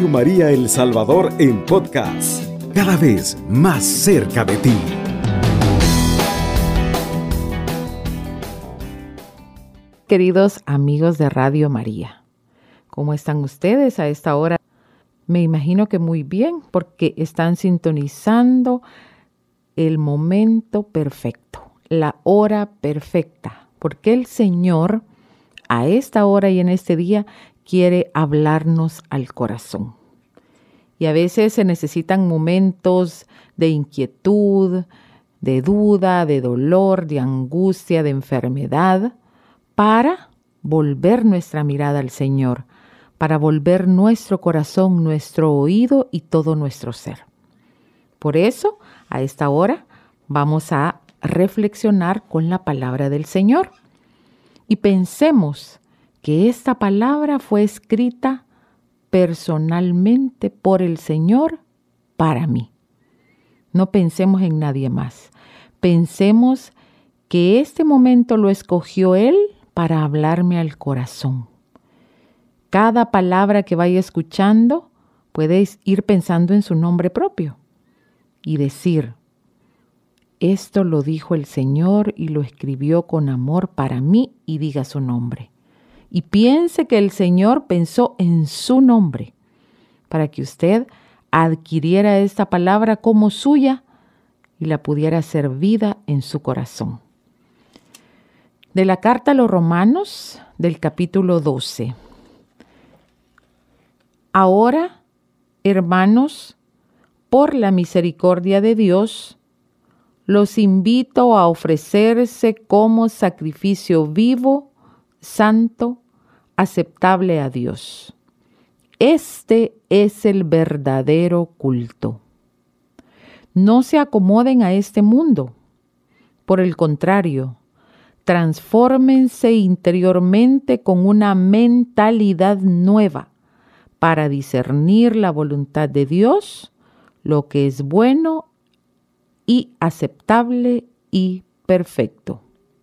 Radio María El Salvador en podcast, cada vez más cerca de ti. Queridos amigos de Radio María, ¿cómo están ustedes a esta hora? Me imagino que muy bien, porque están sintonizando el momento perfecto, la hora perfecta, porque el Señor a esta hora y en este día quiere hablarnos al corazón. Y a veces se necesitan momentos de inquietud, de duda, de dolor, de angustia, de enfermedad, para volver nuestra mirada al Señor, para volver nuestro corazón, nuestro oído y todo nuestro ser. Por eso, a esta hora, vamos a reflexionar con la palabra del Señor. Y pensemos que esta palabra fue escrita personalmente por el Señor para mí. No pensemos en nadie más. Pensemos que este momento lo escogió Él para hablarme al corazón. Cada palabra que vaya escuchando, puedes ir pensando en su nombre propio y decir: esto lo dijo el Señor y lo escribió con amor para mí, y diga su nombre. Y piense que el Señor pensó en su nombre para que usted adquiriera esta palabra como suya y la pudiera hacer vida en su corazón. De la carta a los Romanos, del capítulo 12. Ahora, hermanos, por la misericordia de Dios, los invito a ofrecerse como sacrificio vivo, santo, aceptable a Dios. Este es el verdadero culto. No se acomoden a este mundo. Por el contrario, transfórmense interiormente con una mentalidad nueva para discernir la voluntad de Dios, lo que es bueno y aceptable y perfecto.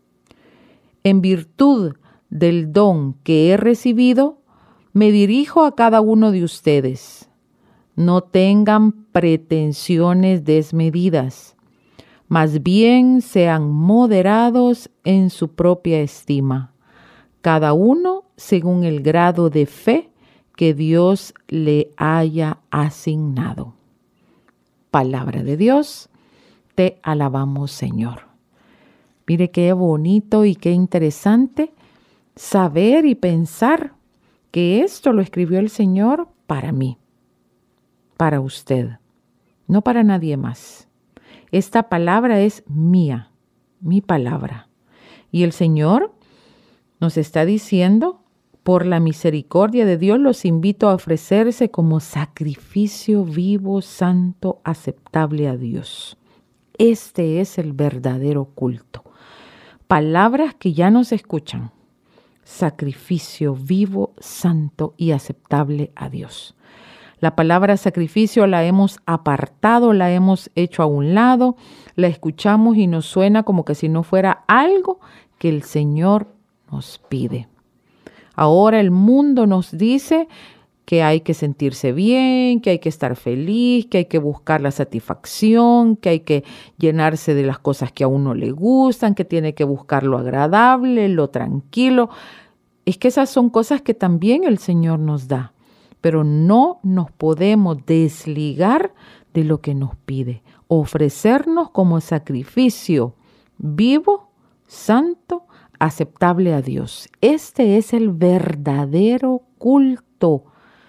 En virtud del don que he recibido, me dirijo a cada uno de ustedes. No tengan pretensiones desmedidas. Más bien sean moderados en su propia estima, cada uno según el grado de fe que Dios le haya asignado. Palabra de Dios, te alabamos, Señor. Mire qué bonito y qué interesante saber y pensar que esto lo escribió el Señor para mí, para usted, no para nadie más. Esta palabra es mía, mi palabra. Y el Señor nos está diciendo: por la misericordia de Dios los invito a ofrecerse como sacrificio vivo, santo, aceptable a Dios. Este es el verdadero culto. Palabras que ya no se escuchan. Sacrificio vivo, santo y aceptable a Dios. La palabra sacrificio la hemos apartado, la hemos hecho a un lado, la escuchamos y nos suena como que si no fuera algo que el Señor nos pide. Ahora el mundo nos dice que hay que sentirse bien, que hay que estar feliz, que hay que buscar la satisfacción, que hay que llenarse de las cosas que a uno le gustan, que tiene que buscar lo agradable, lo tranquilo. Es que esas son cosas que también el Señor nos da. Pero no nos podemos desligar de lo que nos pide. Ofrecernos como sacrificio vivo, santo, aceptable a Dios. Este es el verdadero culto.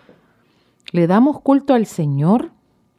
Le damos culto al Señor.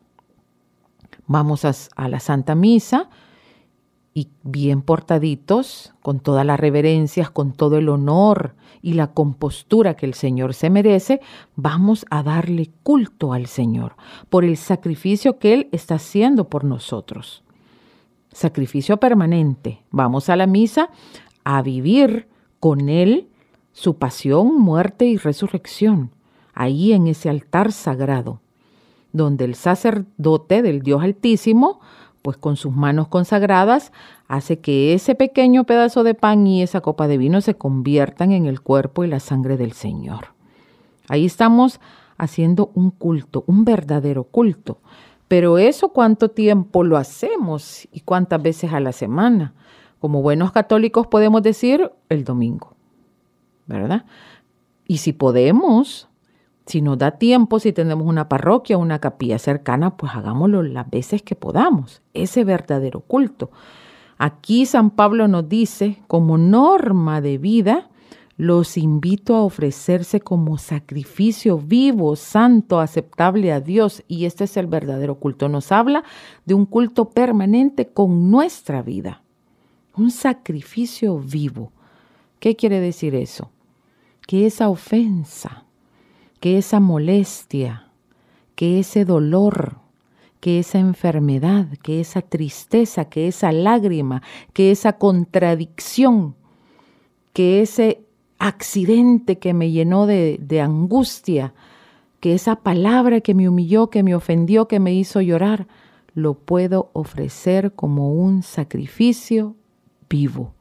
Vamos a la Santa Misa y bien portaditos, con todas las reverencias, con todo el honor y la compostura que el Señor se merece, vamos a darle culto al Señor por el sacrificio que Él está haciendo por nosotros. Sacrificio permanente. Vamos a la misa a vivir con Él su pasión, muerte y resurrección, ahí en ese altar sagrado, donde el sacerdote del Dios Altísimo, pues con sus manos consagradas, hace que ese pequeño pedazo de pan y esa copa de vino se conviertan en el cuerpo y la sangre del Señor. Ahí estamos haciendo un culto, un verdadero culto. Pero eso, ¿cuánto tiempo lo hacemos y cuántas veces a la semana? Como buenos católicos podemos decir el domingo, ¿verdad? Y si podemos, si nos da tiempo, si tenemos una parroquia, una capilla cercana, pues hagámoslo las veces que podamos, ese verdadero culto. Aquí San Pablo nos dice, como norma de vida, los invito a ofrecerse como sacrificio vivo, santo, aceptable a Dios. Y este es el verdadero culto. Nos habla de un culto permanente con nuestra vida. Un sacrificio vivo. ¿Qué quiere decir eso? Que esa ofensa, que esa molestia, que ese dolor, que esa enfermedad, que esa tristeza, que esa lágrima, que esa contradicción, que ese accidente que me llenó de angustia, que esa palabra que me humilló, que me ofendió, que me hizo llorar, lo puedo ofrecer como un sacrificio vivo.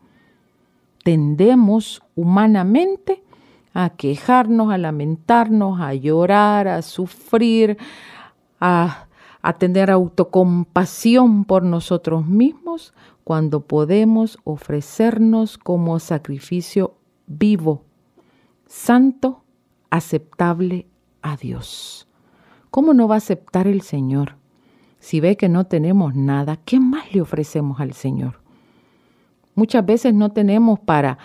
Tendemos humanamente a quejarnos, a lamentarnos, a llorar, a sufrir, a tener autocompasión por nosotros mismos, cuando podemos ofrecernos como sacrificio vivo, santo, aceptable a Dios. ¿Cómo no va a aceptar el Señor? Si ve que no tenemos nada, ¿qué más le ofrecemos al Señor? Muchas veces no tenemos para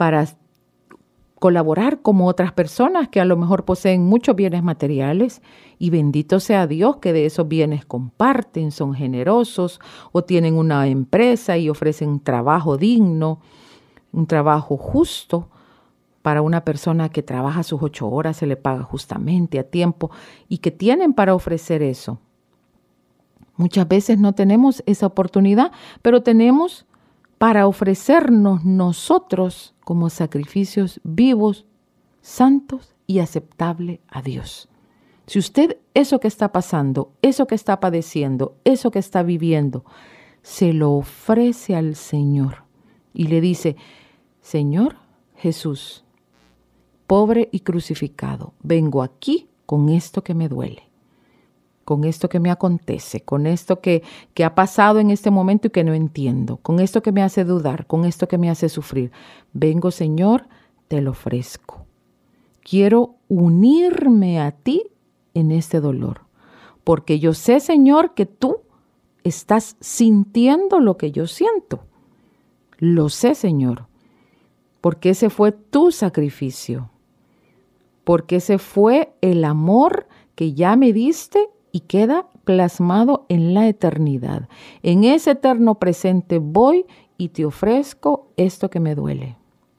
colaborar como otras personas que a lo mejor poseen muchos bienes materiales, y bendito sea Dios que de esos bienes comparten, son generosos o tienen una empresa y ofrecen un trabajo digno, un trabajo justo. Para una persona que trabaja sus 8 horas se le paga justamente a tiempo y que tienen para ofrecer eso. Muchas veces no tenemos esa oportunidad, pero tenemos para ofrecernos nosotros como sacrificios vivos, santos y aceptables a Dios. Si usted eso que está pasando, eso que está padeciendo, eso que está viviendo, se lo ofrece al Señor y le dice, Señor Jesús, pobre y crucificado, vengo aquí con esto que me duele, con esto que me acontece, con esto que ha pasado en este momento y que no entiendo, con esto que me hace dudar, con esto que me hace sufrir. Vengo, Señor, te lo ofrezco. Quiero unirme a ti en este dolor, porque yo sé, Señor, que tú estás sintiendo lo que yo siento. Lo sé, Señor, porque ese fue tu sacrificio, porque ese fue el amor que ya me diste y queda plasmado en la eternidad. En ese eterno presente voy y te ofrezco esto que me duele.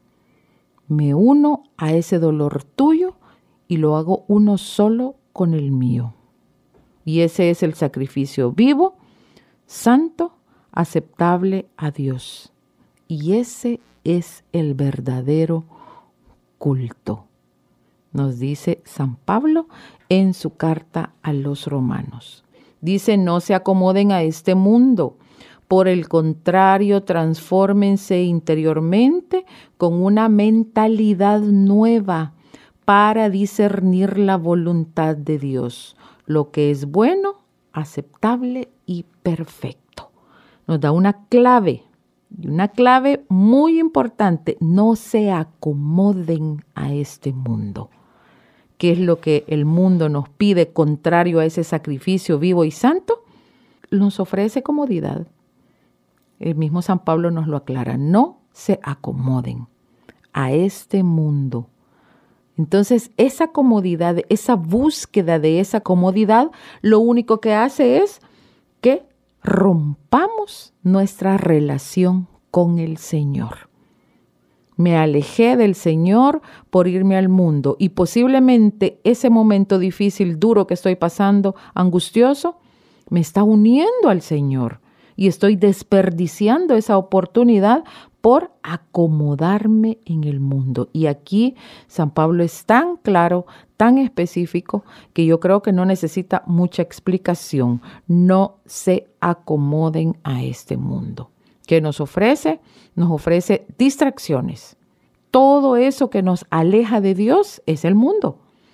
Me uno a ese dolor tuyo y lo hago uno solo con el mío. Y ese es el sacrificio vivo, santo, aceptable a Dios. Y ese es el verdadero culto, nos dice San Pablo en su carta a los Romanos. Dice, no se acomoden a este mundo. Por el contrario, transfórmense interiormente con una mentalidad nueva para discernir la voluntad de Dios, lo que es bueno, aceptable y perfecto. Nos da una clave, y una clave muy importante: no se acomoden a este mundo. ¿Qué es lo que el mundo nos pide contrario a ese sacrificio vivo y santo? Nos ofrece comodidad. El mismo San Pablo nos lo aclara. No se acomoden a este mundo. Entonces, esa comodidad, esa búsqueda de esa comodidad, lo único que hace es que rompamos nuestra relación con el Señor. Me alejé del Señor por irme al mundo y posiblemente ese momento difícil, duro que estoy pasando, angustioso, me está uniendo al Señor y estoy desperdiciando esa oportunidad por acomodarme en el mundo. Y aquí San Pablo es tan claro, tan específico, que yo creo que no necesita mucha explicación. No se acomoden a este mundo. ¿Qué nos ofrece? Nos ofrece distracciones. Todo eso que nos aleja de Dios es el mundo.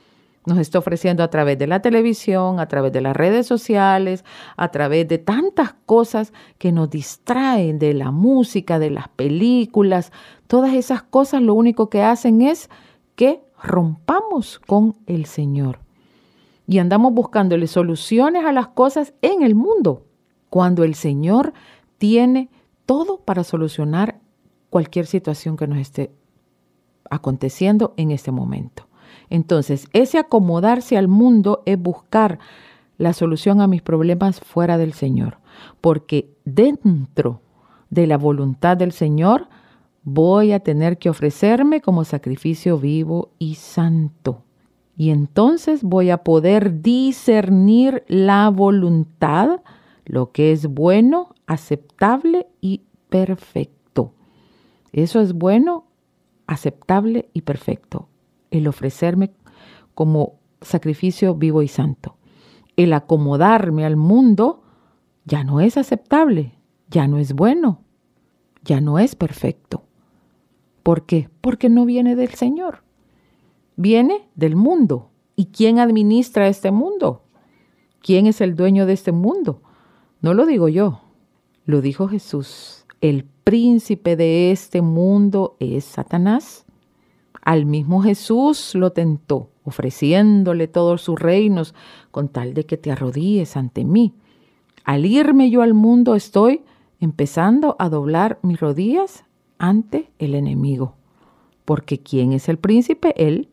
Nos está ofreciendo a través de la televisión, a través de las redes sociales, a través de tantas cosas que nos distraen de la música, de las películas. Todas esas cosas lo único que hacen es que rompamos con el Señor. Y andamos buscándole soluciones a las cosas en el mundo, cuando el Señor tiene todo para solucionar cualquier situación que nos esté aconteciendo en este momento. Entonces, ese acomodarse al mundo es buscar la solución a mis problemas fuera del Señor, porque dentro de la voluntad del Señor voy a tener que ofrecerme como sacrificio vivo y santo. Y entonces voy a poder discernir la voluntad, lo que es bueno, aceptable y perfecto. Eso es bueno, aceptable y perfecto. El ofrecerme como sacrificio vivo y santo. El acomodarme al mundo ya no es aceptable, ya no es bueno, ya no es perfecto. ¿Por qué? Porque no viene del Señor. Viene del mundo. ¿Y quién administra este mundo? ¿Quién es el dueño de este mundo? No lo digo yo, lo dijo Jesús. El príncipe de este mundo es Satanás. Al mismo Jesús lo tentó, ofreciéndole todos sus reinos con tal de que te arrodilles ante mí. Al irme yo al mundo estoy empezando a doblar mis rodillas ante el enemigo. Porque ¿quién es el príncipe? Él.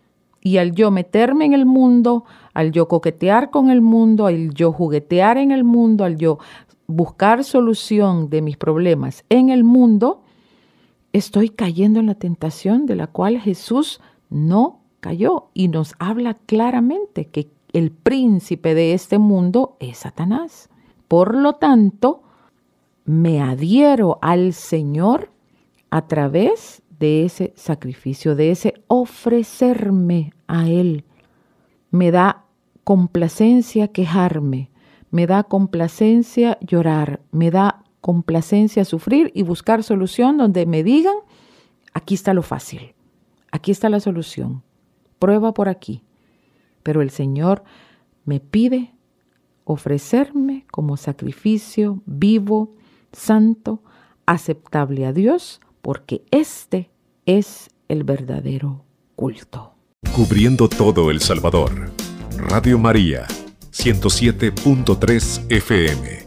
Y al yo meterme en el mundo, al yo coquetear con el mundo, al yo juguetear en el mundo, al yo buscar solución de mis problemas en el mundo, estoy cayendo en la tentación de la cual Jesús no cayó y nos habla claramente que el príncipe de este mundo es Satanás. Por lo tanto, me adhiero al Señor a través de ese sacrificio, de ese ofrecerme a Él. Me da complacencia quejarme, me da complacencia llorar, me da complacencia sufrir y buscar solución donde me digan, aquí está lo fácil, aquí está la solución, prueba por aquí. Pero el Señor me pide ofrecerme como sacrificio vivo, santo, aceptable a Dios, porque este es el verdadero culto. Cubriendo todo El Salvador. Radio María, 107.3 FM.